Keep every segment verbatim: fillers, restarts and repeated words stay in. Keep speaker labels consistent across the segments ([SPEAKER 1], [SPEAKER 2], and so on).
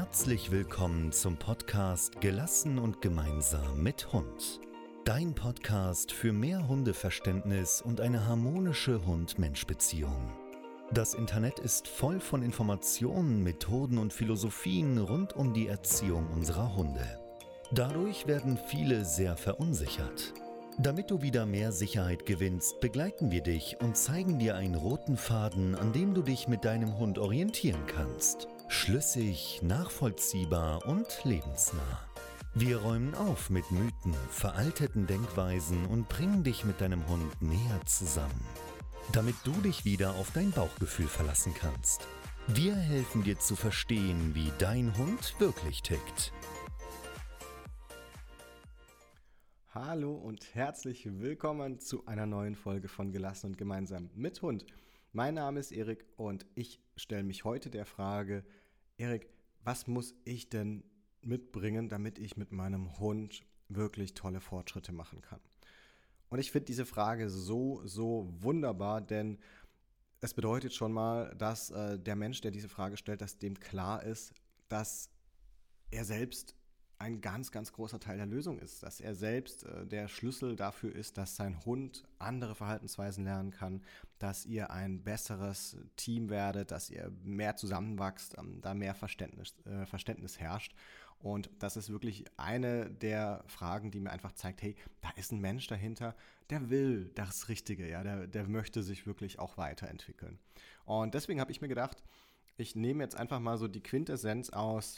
[SPEAKER 1] Herzlich willkommen zum Podcast Gelassen und gemeinsam mit Hund. Dein Podcast für mehr Hundeverständnis und eine harmonische Hund-Mensch-Beziehung. Das Internet ist voll von Informationen, Methoden und Philosophien rund um die Erziehung unserer Hunde. Dadurch werden viele sehr verunsichert. Damit du wieder mehr Sicherheit gewinnst, begleiten wir dich und zeigen dir einen roten Faden, an dem du dich mit deinem Hund orientieren kannst. Schlüssig, nachvollziehbar und lebensnah. Wir räumen auf mit Mythen, veralteten Denkweisen und bringen dich mit deinem Hund näher zusammen, damit du dich wieder auf dein Bauchgefühl verlassen kannst. Wir helfen dir zu verstehen, wie dein Hund wirklich tickt.
[SPEAKER 2] Hallo und herzlich willkommen zu einer neuen Folge von Gelassen und gemeinsam mit Hund. Mein Name ist Erik und ich stelle mich heute der Frage, Erik, was muss ich denn mitbringen, damit ich mit meinem Hund wirklich tolle Fortschritte machen kann? Und ich finde diese Frage so, so wunderbar, denn es bedeutet schon mal, dass äh, der Mensch, der diese Frage stellt, dass dem klar ist, dass er selbst ein ganz, ganz großer Teil der Lösung ist, dass er selbst äh, der Schlüssel dafür ist, dass sein Hund andere Verhaltensweisen lernen kann, dass ihr ein besseres Team werdet, dass ihr mehr zusammenwachst, ähm, da mehr Verständnis, äh, Verständnis herrscht. Und das ist wirklich eine der Fragen, die mir einfach zeigt, hey, da ist ein Mensch dahinter, der will das Richtige, ja, der, der möchte sich wirklich auch weiterentwickeln. Und deswegen habe ich mir gedacht, ich nehme jetzt einfach mal so die Quintessenz aus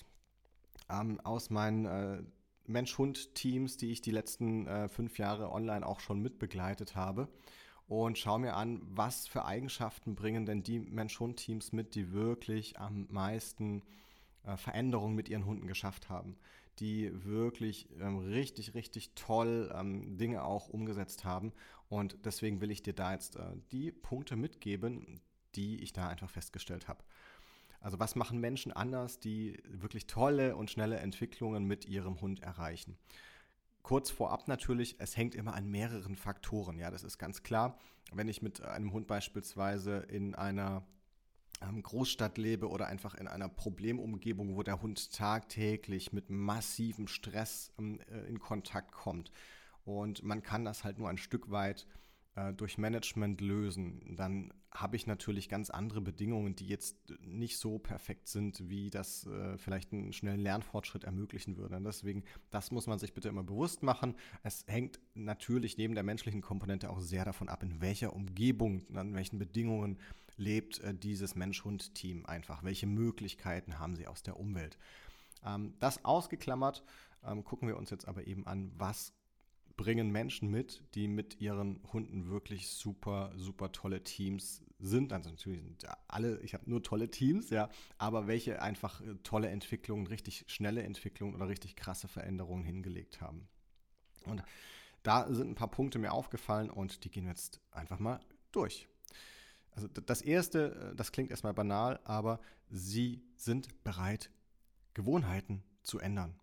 [SPEAKER 2] Ähm, aus meinen äh, Mensch-Hund-Teams, die ich die letzten äh, fünf Jahre online auch schon mitbegleitet habe und schaue mir an, was für Eigenschaften bringen denn die Mensch-Hund-Teams mit, die wirklich am meisten äh, Veränderungen mit ihren Hunden geschafft haben, die wirklich ähm, richtig, richtig toll ähm, Dinge auch umgesetzt haben, und deswegen will ich dir da jetzt äh, die Punkte mitgeben, die ich da einfach festgestellt habe. Also was machen Menschen anders, die wirklich tolle und schnelle Entwicklungen mit ihrem Hund erreichen? Kurz vorab natürlich, es hängt immer an mehreren Faktoren. Ja, das ist ganz klar. Wenn ich mit einem Hund beispielsweise in einer ähm, Großstadt lebe oder einfach in einer Problemumgebung, wo der Hund tagtäglich mit massivem Stress ähm, äh, in Kontakt kommt und man kann das halt nur ein Stück weit durch Management lösen, dann habe ich natürlich ganz andere Bedingungen, die jetzt nicht so perfekt sind, wie das äh, vielleicht einen schnellen Lernfortschritt ermöglichen würde. Und deswegen, das muss man sich bitte immer bewusst machen. Es hängt natürlich neben der menschlichen Komponente auch sehr davon ab, in welcher Umgebung, an welchen Bedingungen lebt äh, dieses Mensch-Hund-Team einfach. Welche Möglichkeiten haben sie aus der Umwelt? Ähm, das ausgeklammert, ähm, gucken wir uns jetzt aber eben an, was bringen Menschen mit, die mit ihren Hunden wirklich super, super tolle Teams sind. Also natürlich sind alle, ich habe nur tolle Teams, ja, aber welche einfach tolle Entwicklungen, richtig schnelle Entwicklungen oder richtig krasse Veränderungen hingelegt haben. Und da sind ein paar Punkte mir aufgefallen und die gehen wir jetzt einfach mal durch. Also das erste, das klingt erstmal banal, aber sie sind bereit, Gewohnheiten zu ändern.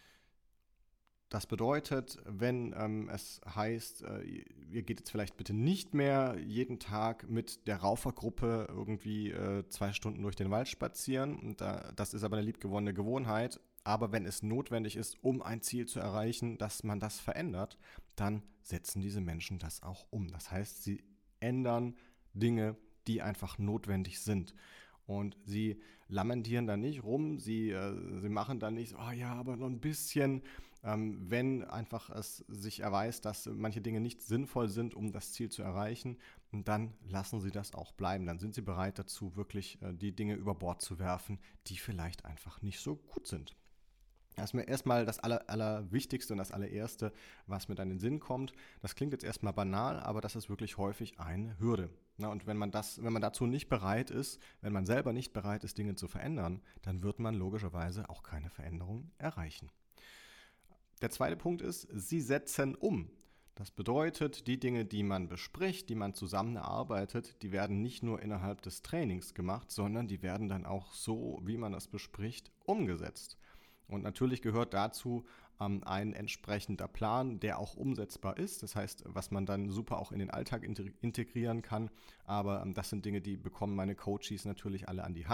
[SPEAKER 2] Das bedeutet, wenn ähm, es heißt, äh, ihr geht jetzt vielleicht bitte nicht mehr jeden Tag mit der Raufergruppe irgendwie äh, zwei Stunden durch den Wald spazieren, und äh, das ist aber eine liebgewonnene Gewohnheit, aber wenn es notwendig ist, um ein Ziel zu erreichen, dass man das verändert, dann setzen diese Menschen das auch um. Das heißt, sie ändern Dinge, die einfach notwendig sind. Und sie lamentieren da nicht rum, sie, äh, sie machen da nicht so, oh ja, aber noch ein bisschen, ähm, wenn einfach es sich erweist, dass manche Dinge nicht sinnvoll sind, um das Ziel zu erreichen, dann lassen sie das auch bleiben. Dann sind sie bereit dazu, wirklich äh, die Dinge über Bord zu werfen, die vielleicht einfach nicht so gut sind. Erstmal, erstmal das Aller, Allerwichtigste und das Allererste, was mir dann in den Sinn kommt. Das klingt jetzt erstmal banal, aber das ist wirklich häufig eine Hürde. Na, und wenn man das, wenn man dazu nicht bereit ist, wenn man selber nicht bereit ist, Dinge zu verändern, dann wird man logischerweise auch keine Veränderung erreichen. Der zweite Punkt ist, sie setzen um. Das bedeutet, die Dinge, die man bespricht, die man zusammen erarbeitet, die werden nicht nur innerhalb des Trainings gemacht, sondern die werden dann auch so, wie man das bespricht, umgesetzt. Und natürlich gehört dazu ähm, ein entsprechender Plan, der auch umsetzbar ist. Das heißt, was man dann super auch in den Alltag integrieren kann. Aber ähm, das sind Dinge, die bekommen meine Coaches natürlich alle an die Hand.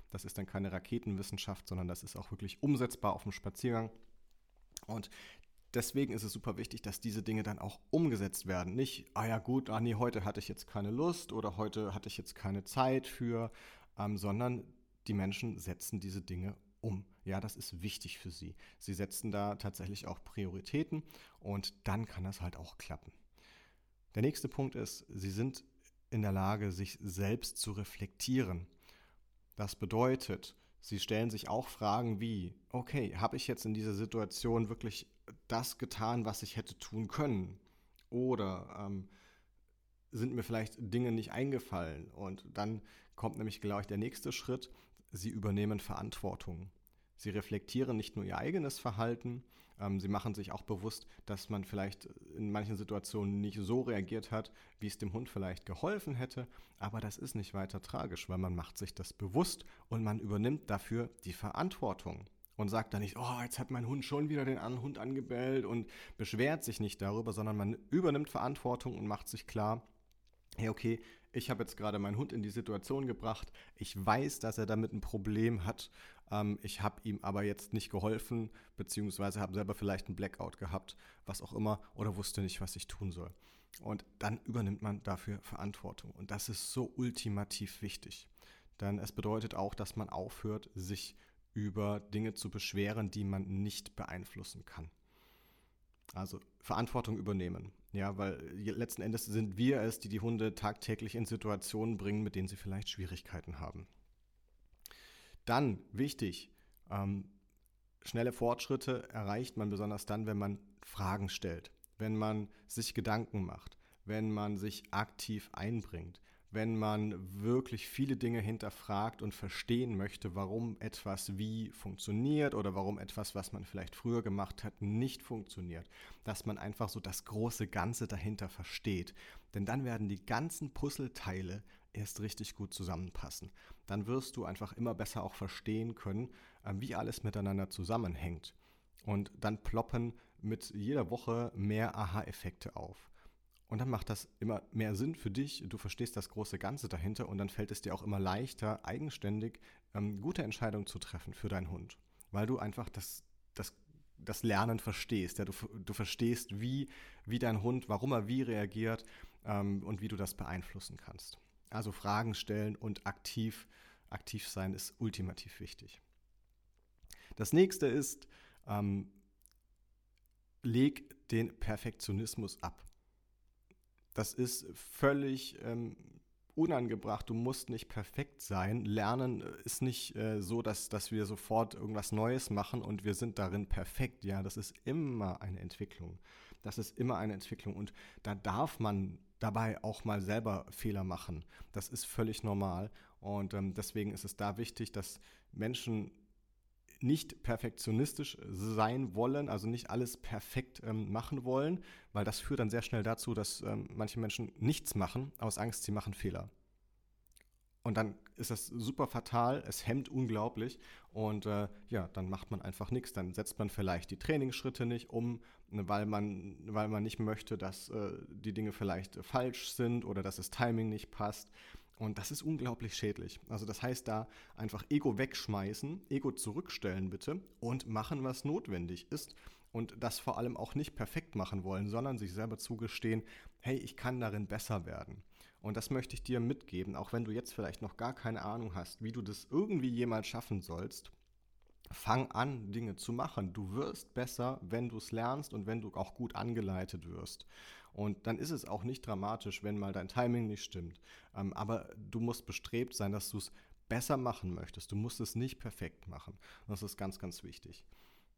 [SPEAKER 2] Das ist dann keine Raketenwissenschaft, sondern das ist auch wirklich umsetzbar auf dem Spaziergang. Und deswegen ist es super wichtig, dass diese Dinge dann auch umgesetzt werden. Nicht, ah ja gut, ah nee, heute hatte ich jetzt keine Lust oder heute hatte ich jetzt keine Zeit für, ähm, sondern die Menschen setzen diese Dinge um. Ja, das ist wichtig für sie. Sie setzen da tatsächlich auch Prioritäten und dann kann das halt auch klappen. Der nächste Punkt ist, sie sind in der Lage, sich selbst zu reflektieren. Das bedeutet, sie stellen sich auch Fragen wie, okay, habe ich jetzt in dieser Situation wirklich das getan, was ich hätte tun können? Oder ähm, sind mir vielleicht Dinge nicht eingefallen? Und dann kommt nämlich gleich der nächste Schritt, sie übernehmen Verantwortung. Sie reflektieren nicht nur ihr eigenes Verhalten, ähm, sie machen sich auch bewusst, dass man vielleicht in manchen Situationen nicht so reagiert hat, wie es dem Hund vielleicht geholfen hätte, aber das ist nicht weiter tragisch, weil man macht sich das bewusst und man übernimmt dafür die Verantwortung und sagt dann nicht, oh, jetzt hat mein Hund schon wieder den anderen Hund angebellt und beschwert sich nicht darüber, sondern man übernimmt Verantwortung und macht sich klar, hey, okay, ich habe jetzt gerade meinen Hund in die Situation gebracht, ich weiß, dass er damit ein Problem hat, ähm, ich habe ihm aber jetzt nicht geholfen, beziehungsweise habe selber vielleicht einen Blackout gehabt, was auch immer, oder wusste nicht, was ich tun soll. Und dann übernimmt man dafür Verantwortung. Und das ist so ultimativ wichtig. Denn es bedeutet auch, dass man aufhört, sich über Dinge zu beschweren, die man nicht beeinflussen kann. Also Verantwortung übernehmen. Ja, weil letzten Endes sind wir es, die die Hunde tagtäglich in Situationen bringen, mit denen sie vielleicht Schwierigkeiten haben. Dann, wichtig, ähm, schnelle Fortschritte erreicht man besonders dann, wenn man Fragen stellt, wenn man sich Gedanken macht, wenn man sich aktiv einbringt, wenn man wirklich viele Dinge hinterfragt und verstehen möchte, warum etwas wie funktioniert oder warum etwas, was man vielleicht früher gemacht hat, nicht funktioniert. Dass man einfach so das große Ganze dahinter versteht. Denn dann werden die ganzen Puzzleteile erst richtig gut zusammenpassen. Dann wirst du einfach immer besser auch verstehen können, wie alles miteinander zusammenhängt. Und dann ploppen mit jeder Woche mehr Aha-Effekte auf. Und dann macht das immer mehr Sinn für dich, du verstehst das große Ganze dahinter und dann fällt es dir auch immer leichter, eigenständig ähm, gute Entscheidungen zu treffen für deinen Hund. Weil du einfach das, das, das Lernen verstehst. Ja? Du, du verstehst, wie, wie dein Hund, warum er wie reagiert ähm, und wie du das beeinflussen kannst. Also Fragen stellen und aktiv, aktiv sein ist ultimativ wichtig. Das nächste ist, ähm, leg den Perfektionismus ab. Das ist völlig ähm, unangebracht. Du musst nicht perfekt sein. Lernen ist nicht äh, so, dass, dass wir sofort irgendwas Neues machen und wir sind darin perfekt. Ja, das ist immer eine Entwicklung. Das ist immer eine Entwicklung und da darf man dabei auch mal selber Fehler machen. Das ist völlig normal und ähm, deswegen ist es da wichtig, dass Menschen nicht perfektionistisch sein wollen, also nicht alles perfekt ähm, machen wollen, weil das führt dann sehr schnell dazu, dass ähm, manche Menschen nichts machen, aus Angst, sie machen Fehler. Und dann ist das super fatal, es hemmt unglaublich und äh, ja, dann macht man einfach nichts. Dann setzt man vielleicht die Trainingsschritte nicht um, weil man, weil man nicht möchte, dass äh, die Dinge vielleicht falsch sind oder dass das Timing nicht passt. Und das ist unglaublich schädlich. Also das heißt, da einfach Ego wegschmeißen, Ego zurückstellen bitte und machen, was notwendig ist. Und das vor allem auch nicht perfekt machen wollen, sondern sich selber zugestehen, hey, ich kann darin besser werden. Und das möchte ich dir mitgeben, auch wenn du jetzt vielleicht noch gar keine Ahnung hast, wie du das irgendwie jemals schaffen sollst. Fang an, Dinge zu machen. Du wirst besser, wenn du es lernst und wenn du auch gut angeleitet wirst. Und dann ist es auch nicht dramatisch, wenn mal dein Timing nicht stimmt. Ähm, aber du musst bestrebt sein, dass du es besser machen möchtest. Du musst es nicht perfekt machen. Das ist ganz, ganz wichtig.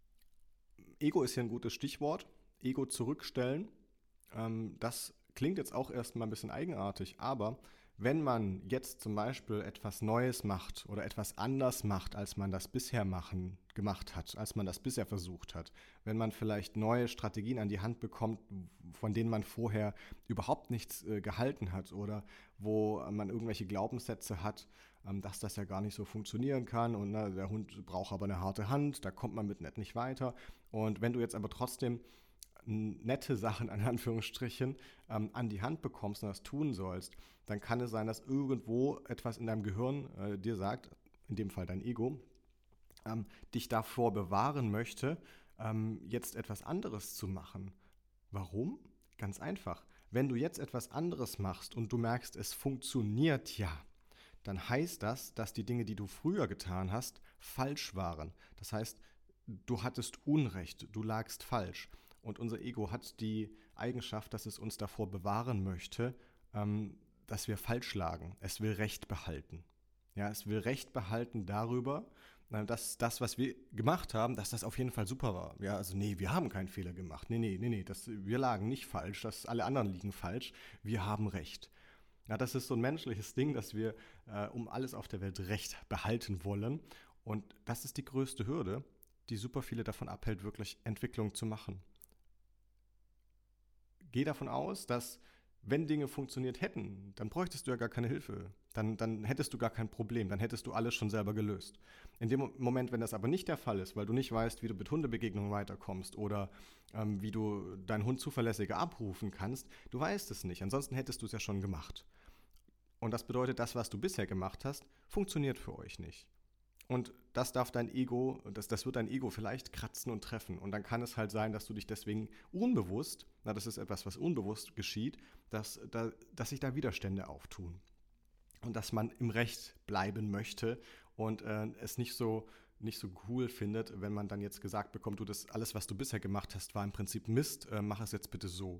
[SPEAKER 2] Ego ist hier ein gutes Stichwort. Ego zurückstellen. Ähm, das klingt jetzt auch erstmal ein bisschen eigenartig, aber wenn man jetzt zum Beispiel etwas Neues macht oder etwas anders macht, als man das bisher machen, gemacht hat, als man das bisher versucht hat, wenn man vielleicht neue Strategien an die Hand bekommt, von denen man vorher überhaupt nichts äh, gehalten hat oder wo man irgendwelche Glaubenssätze hat, ähm, dass das ja gar nicht so funktionieren kann und na, der Hund braucht aber eine harte Hand, da kommt man mit nett nicht weiter. Und wenn du jetzt aber trotzdem nette Sachen, in Anführungsstrichen, ähm, an die Hand bekommst und das tun sollst, dann kann es sein, dass irgendwo etwas in deinem Gehirn äh, dir sagt, in dem Fall dein Ego, ähm, dich davor bewahren möchte, ähm, jetzt etwas anderes zu machen. Warum? Ganz einfach. Wenn du jetzt etwas anderes machst und du merkst, es funktioniert ja, dann heißt das, dass die Dinge, die du früher getan hast, falsch waren. Das heißt, du hattest Unrecht, du lagst falsch. Und unser Ego hat die Eigenschaft, dass es uns davor bewahren möchte, ähm, dass wir falsch lagen. Es will Recht behalten. Ja, es will Recht behalten darüber, dass das, was wir gemacht haben, dass das auf jeden Fall super war. Ja, also nee, wir haben keinen Fehler gemacht. Nee, nee, nee, nee, das, wir lagen nicht falsch, das, alle anderen liegen falsch. Wir haben Recht. Ja, das ist so ein menschliches Ding, dass wir äh, um alles auf der Welt Recht behalten wollen. Und das ist die größte Hürde, die super viele davon abhält, wirklich Entwicklung zu machen. Geh davon aus, dass wenn Dinge funktioniert hätten, dann bräuchtest du ja gar keine Hilfe. Dann, dann hättest du gar kein Problem, dann hättest du alles schon selber gelöst. In dem Moment, wenn das aber nicht der Fall ist, weil du nicht weißt, wie du mit Hundebegegnungen weiterkommst oder ähm, wie du deinen Hund zuverlässiger abrufen kannst, du weißt es nicht. Ansonsten hättest du es ja schon gemacht. Und das bedeutet, das, was du bisher gemacht hast, funktioniert für euch nicht. Und das darf dein Ego, das, das wird dein Ego vielleicht kratzen und treffen. Und dann kann es halt sein, dass du dich deswegen unbewusst, na, das ist etwas, was unbewusst geschieht, dass, da, dass sich da Widerstände auftun. Und dass man im Recht bleiben möchte und äh, es nicht so, nicht so cool findet, wenn man dann jetzt gesagt bekommt, du, das alles, was du bisher gemacht hast, war im Prinzip Mist, äh, mach es jetzt bitte so.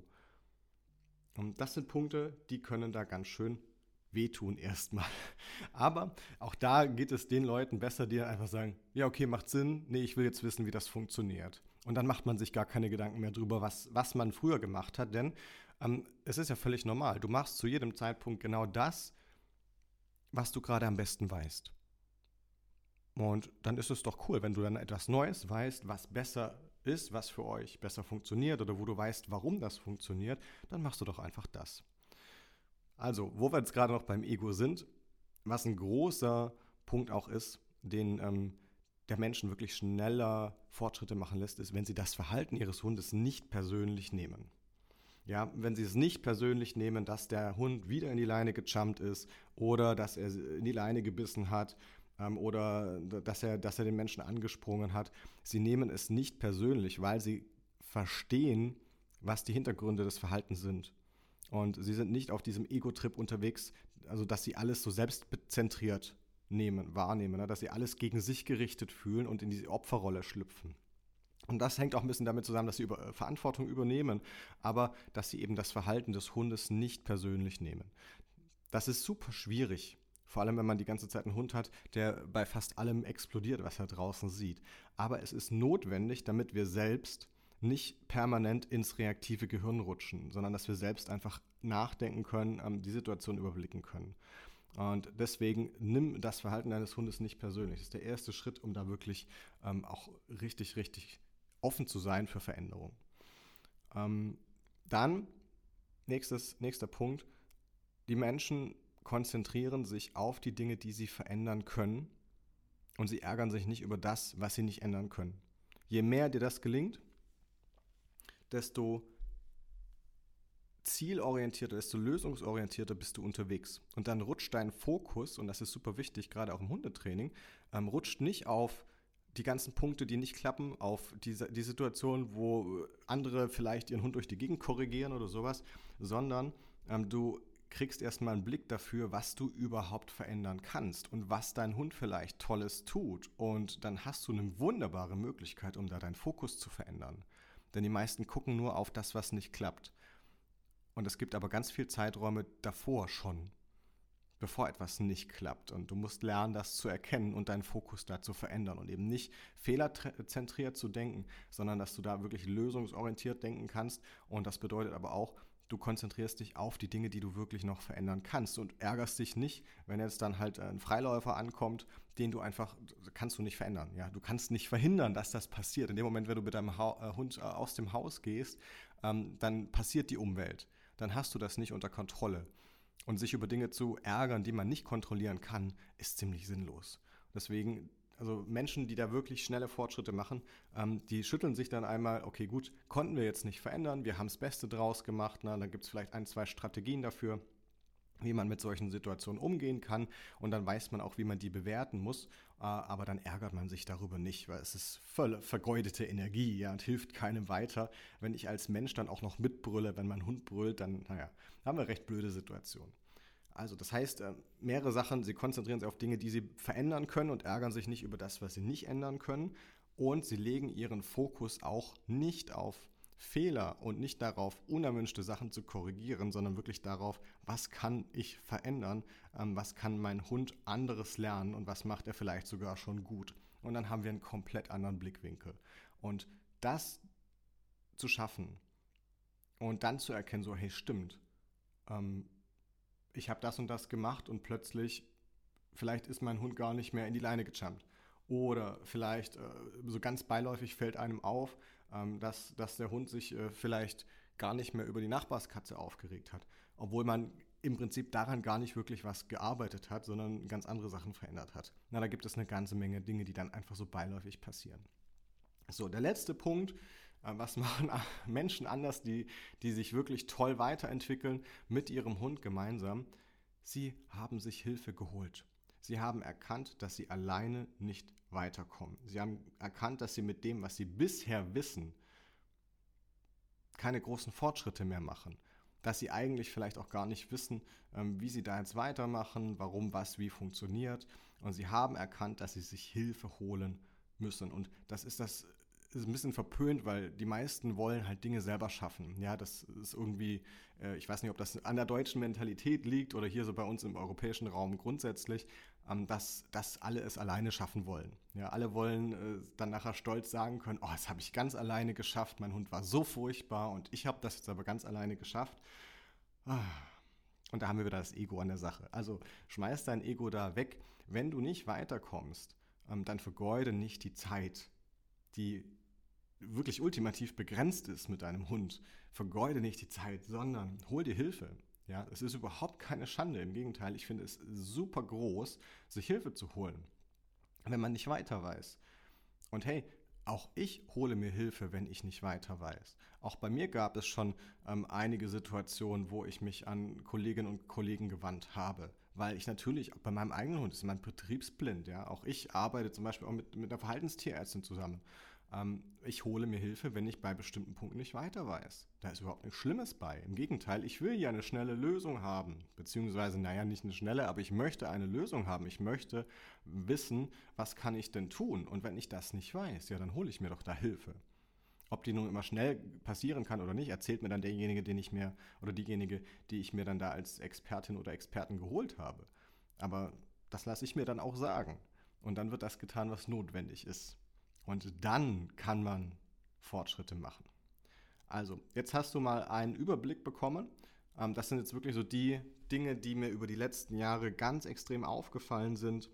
[SPEAKER 2] Und das sind Punkte, die können da ganz schön wehtun erstmal. Aber auch da geht es den Leuten besser, die dann einfach sagen, ja okay, macht Sinn, nee, ich will jetzt wissen, wie das funktioniert. Und dann macht man sich gar keine Gedanken mehr drüber, was, was man früher gemacht hat, denn ähm, es ist ja völlig normal. Du machst zu jedem Zeitpunkt genau das, was du gerade am besten weißt. Und dann ist es doch cool, wenn du dann etwas Neues weißt, was besser ist, was für euch besser funktioniert oder wo du weißt, warum das funktioniert, dann machst du doch einfach das. Also, wo wir jetzt gerade noch beim Ego sind, was ein großer Punkt auch ist, den ähm, der Menschen wirklich schneller Fortschritte machen lässt, ist, wenn sie das Verhalten ihres Hundes nicht persönlich nehmen. Ja, wenn sie es nicht persönlich nehmen, dass der Hund wieder in die Leine gejumpt ist oder dass er in die Leine gebissen hat ähm, oder dass er, dass er den Menschen angesprungen hat. Sie nehmen es nicht persönlich, weil sie verstehen, was die Hintergründe des Verhaltens sind. Und sie sind nicht auf diesem Ego-Trip unterwegs, also dass sie alles so selbstzentriert nehmen, wahrnehmen, ne? Dass sie alles gegen sich gerichtet fühlen und in diese Opferrolle schlüpfen. Und das hängt auch ein bisschen damit zusammen, dass sie über, Verantwortung übernehmen, aber dass sie eben das Verhalten des Hundes nicht persönlich nehmen. Das ist super schwierig, vor allem wenn man die ganze Zeit einen Hund hat, der bei fast allem explodiert, was er draußen sieht. Aber es ist notwendig, damit wir selbst nicht permanent ins reaktive Gehirn rutschen, sondern dass wir selbst einfach nachdenken können, die Situation überblicken können. Und deswegen nimm das Verhalten deines Hundes nicht persönlich. Das ist der erste Schritt, um da wirklich ähm, auch richtig, richtig offen zu sein für Veränderung. Ähm, dann, nächstes, nächster Punkt, die Menschen konzentrieren sich auf die Dinge, die sie verändern können und sie ärgern sich nicht über das, was sie nicht ändern können. Je mehr dir das gelingt, desto zielorientierter, desto lösungsorientierter bist du unterwegs. Und dann rutscht dein Fokus, und das ist super wichtig, gerade auch im Hundetraining, ähm, rutscht nicht auf die ganzen Punkte, die nicht klappen, auf die, die Situation, wo andere vielleicht ihren Hund durch die Gegend korrigieren oder sowas, sondern ähm, du kriegst erstmal einen Blick dafür, was du überhaupt verändern kannst und was dein Hund vielleicht Tolles tut. Und dann hast du eine wunderbare Möglichkeit, um da deinen Fokus zu verändern. Denn die meisten gucken nur auf das, was nicht klappt. Und es gibt aber ganz viel Zeiträume davor schon, bevor etwas nicht klappt. Und du musst lernen, das zu erkennen und deinen Fokus da zu verändern und eben nicht fehlerzentriert zu denken, sondern dass du da wirklich lösungsorientiert denken kannst. Und das bedeutet aber auch, du konzentrierst dich auf die Dinge, die du wirklich noch verändern kannst und ärgerst dich nicht, wenn jetzt dann halt ein Freiläufer ankommt, den du einfach, kannst du nicht verändern. Ja? Du kannst nicht verhindern, dass das passiert. In dem Moment, wenn du mit deinem ha- Hund aus dem Haus gehst, ähm, dann passiert die Umwelt. Dann hast du das nicht unter Kontrolle. Und sich über Dinge zu ärgern, die man nicht kontrollieren kann, ist ziemlich sinnlos. Deswegen, also Menschen, die da wirklich schnelle Fortschritte machen, ähm, die schütteln sich dann einmal, okay gut, konnten wir jetzt nicht verändern, wir haben das Beste draus gemacht, na, dann gibt es vielleicht ein, zwei Strategien dafür. wie man mit solchen Situationen umgehen kann und dann weiß man auch, wie man die bewerten muss, äh, aber dann ärgert man sich darüber nicht, weil es ist voll vergeudete Energie, ja, und hilft keinem weiter. Wenn ich als Mensch dann auch noch mitbrülle, wenn mein Hund brüllt, dann, naja, haben wir recht blöde Situationen. Also das heißt, äh, mehrere Sachen, sie konzentrieren sich auf Dinge, die sie verändern können und ärgern sich nicht über das, was sie nicht ändern können, und sie legen ihren Fokus auch nicht auf Fehler und nicht darauf, unerwünschte Sachen zu korrigieren, sondern wirklich darauf, was kann ich verändern, ähm, was kann mein Hund anderes lernen und was macht er vielleicht sogar schon gut. Und dann haben wir einen komplett anderen Blickwinkel. Und das zu schaffen und dann zu erkennen, so hey, stimmt, ähm, ich habe das und das gemacht und plötzlich, vielleicht ist mein Hund gar nicht mehr in die Leine gejumpt. Oder vielleicht, äh, so ganz beiläufig fällt einem auf, ähm, dass, dass der Hund sich äh, vielleicht gar nicht mehr über die Nachbarskatze aufgeregt hat. Obwohl man im Prinzip daran gar nicht wirklich was gearbeitet hat, sondern ganz andere Sachen verändert hat. Na, da gibt es eine ganze Menge Dinge, die dann einfach so beiläufig passieren. So, der letzte Punkt, äh, was machen Menschen anders, die, die sich wirklich toll weiterentwickeln mit ihrem Hund gemeinsam? Sie haben sich Hilfe geholt. Sie haben erkannt, dass sie alleine nicht weiterkommen. Sie haben erkannt, dass sie mit dem, was sie bisher wissen, keine großen Fortschritte mehr machen. Dass sie eigentlich vielleicht auch gar nicht wissen, wie sie da jetzt weitermachen, warum was wie funktioniert. Und sie haben erkannt, dass sie sich Hilfe holen müssen. Und das ist das ist ein bisschen verpönt, weil die meisten wollen halt Dinge selber schaffen. Ja, das ist irgendwie, äh, ich weiß nicht, ob das an der deutschen Mentalität liegt oder hier so bei uns im europäischen Raum grundsätzlich, ähm, dass, dass alle es alleine schaffen wollen. Ja, alle wollen äh, dann nachher stolz sagen können, oh, das habe ich ganz alleine geschafft, mein Hund war so furchtbar und ich habe das jetzt aber ganz alleine geschafft. Ah. Und da haben wir wieder das Ego an der Sache. Also schmeiß dein Ego da weg. Wenn du nicht weiterkommst, ähm, dann vergeude nicht die Zeit, die wirklich ultimativ begrenzt ist mit deinem Hund. Vergeude nicht die Zeit, sondern hol dir Hilfe. Ja, es ist überhaupt keine Schande. Im Gegenteil, ich finde es super groß, sich Hilfe zu holen, wenn man nicht weiter weiß. Und hey, auch ich hole mir Hilfe, wenn ich nicht weiter weiß. Auch bei mir gab es schon ähm, einige Situationen, wo ich mich an Kolleginnen und Kollegen gewandt habe. Weil ich natürlich, auch bei meinem eigenen Hund, ist mein betriebsblind. Ja? Auch ich arbeite zum Beispiel auch mit, mit einer Verhaltenstierärztin zusammen. Ähm, ich hole mir Hilfe, wenn ich bei bestimmten Punkten nicht weiter weiß. Da ist überhaupt nichts Schlimmes bei. Im Gegenteil, ich will ja eine schnelle Lösung haben. Beziehungsweise, naja, nicht eine schnelle, aber ich möchte eine Lösung haben. Ich möchte wissen, was kann ich denn tun? Und wenn ich das nicht weiß, ja, dann hole ich mir doch da Hilfe. Ob die nun immer schnell passieren kann oder nicht, erzählt mir dann derjenige, den ich mir, oder diejenige, die ich mir dann da als Expertin oder Experten geholt habe. Aber das lasse ich mir dann auch sagen. Und dann wird das getan, was notwendig ist. Und dann kann man Fortschritte machen. Also, jetzt hast du mal einen Überblick bekommen. Das sind jetzt wirklich so die Dinge, die mir über die letzten Jahre ganz extrem aufgefallen sind,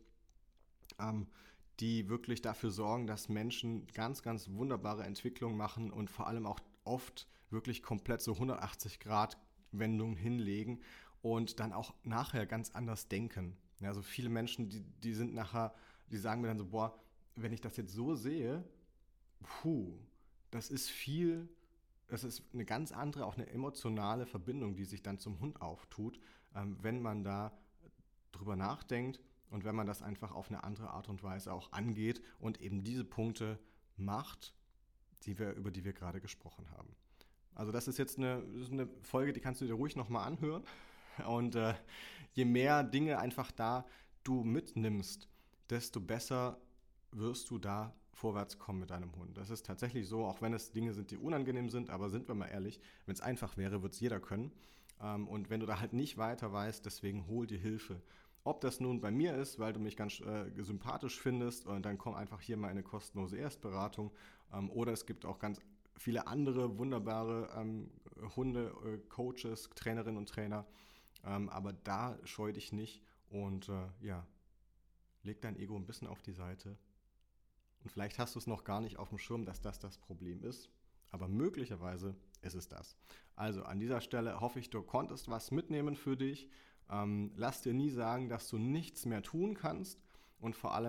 [SPEAKER 2] die wirklich dafür sorgen, dass Menschen ganz, ganz wunderbare Entwicklungen machen und vor allem auch oft wirklich komplett so hundertachtzig Grad Wendungen hinlegen und dann auch nachher ganz anders denken. Ja, also viele Menschen, die, die sind nachher, die sagen mir dann so, boah, wenn ich das jetzt so sehe, puh, das ist viel, das ist eine ganz andere, auch eine emotionale Verbindung, die sich dann zum Hund auftut, ähm, wenn man da drüber nachdenkt und wenn man das einfach auf eine andere Art und Weise auch angeht und eben diese Punkte macht, die wir, über die wir gerade gesprochen haben. Also das ist jetzt eine, das ist eine Folge, die kannst du dir ruhig nochmal anhören. Und äh, je mehr Dinge einfach da du mitnimmst, desto besser wirst du da vorwärts kommen mit deinem Hund. Das ist tatsächlich so, auch wenn es Dinge sind, die unangenehm sind, aber sind wir mal ehrlich, wenn es einfach wäre, würde es jeder können. Ähm, und wenn du da halt nicht weiter weißt, deswegen hol dir Hilfe. Ob das nun bei mir ist, weil du mich ganz äh, sympathisch findest, und dann komm einfach hier mal in eine kostenlose Erstberatung. Ähm, oder es gibt auch ganz viele andere wunderbare ähm, Hunde, äh, Coaches, Trainerinnen und Trainer. Ähm, aber da scheu dich nicht und äh, ja, leg dein Ego ein bisschen auf die Seite. Und vielleicht hast du es noch gar nicht auf dem Schirm, dass das das Problem ist. Aber möglicherweise ist es das. Also an dieser Stelle hoffe ich, du konntest was mitnehmen für dich. Ähm, lass dir nie sagen, dass du nichts mehr tun kannst. Und vor allem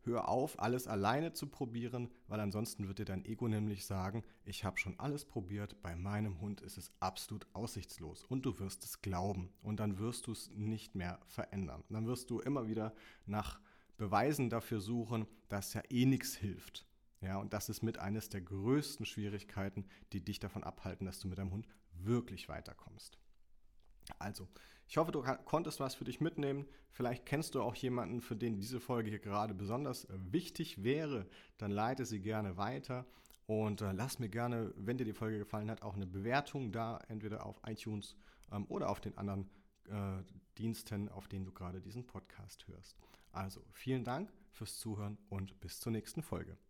[SPEAKER 2] hör auf, alles alleine zu probieren, weil ansonsten wird dir dein Ego nämlich sagen, ich habe schon alles probiert, bei meinem Hund ist es absolut aussichtslos und du wirst es glauben und dann wirst du es nicht mehr verändern. Dann wirst du immer wieder nach Beweisen dafür suchen, dass ja eh nichts hilft. Ja, und das ist mit eines der größten Schwierigkeiten, die dich davon abhalten, dass du mit deinem Hund wirklich weiterkommst. Also, ich hoffe, du konntest was für dich mitnehmen. Vielleicht kennst du auch jemanden, für den diese Folge hier gerade besonders wichtig wäre. Dann leite sie gerne weiter und äh, lass mir gerne, wenn dir die Folge gefallen hat, auch eine Bewertung da, entweder auf iTunes ähm, oder auf den anderen äh, Diensten, auf denen du gerade diesen Podcast hörst. Also, vielen Dank fürs Zuhören und bis zur nächsten Folge.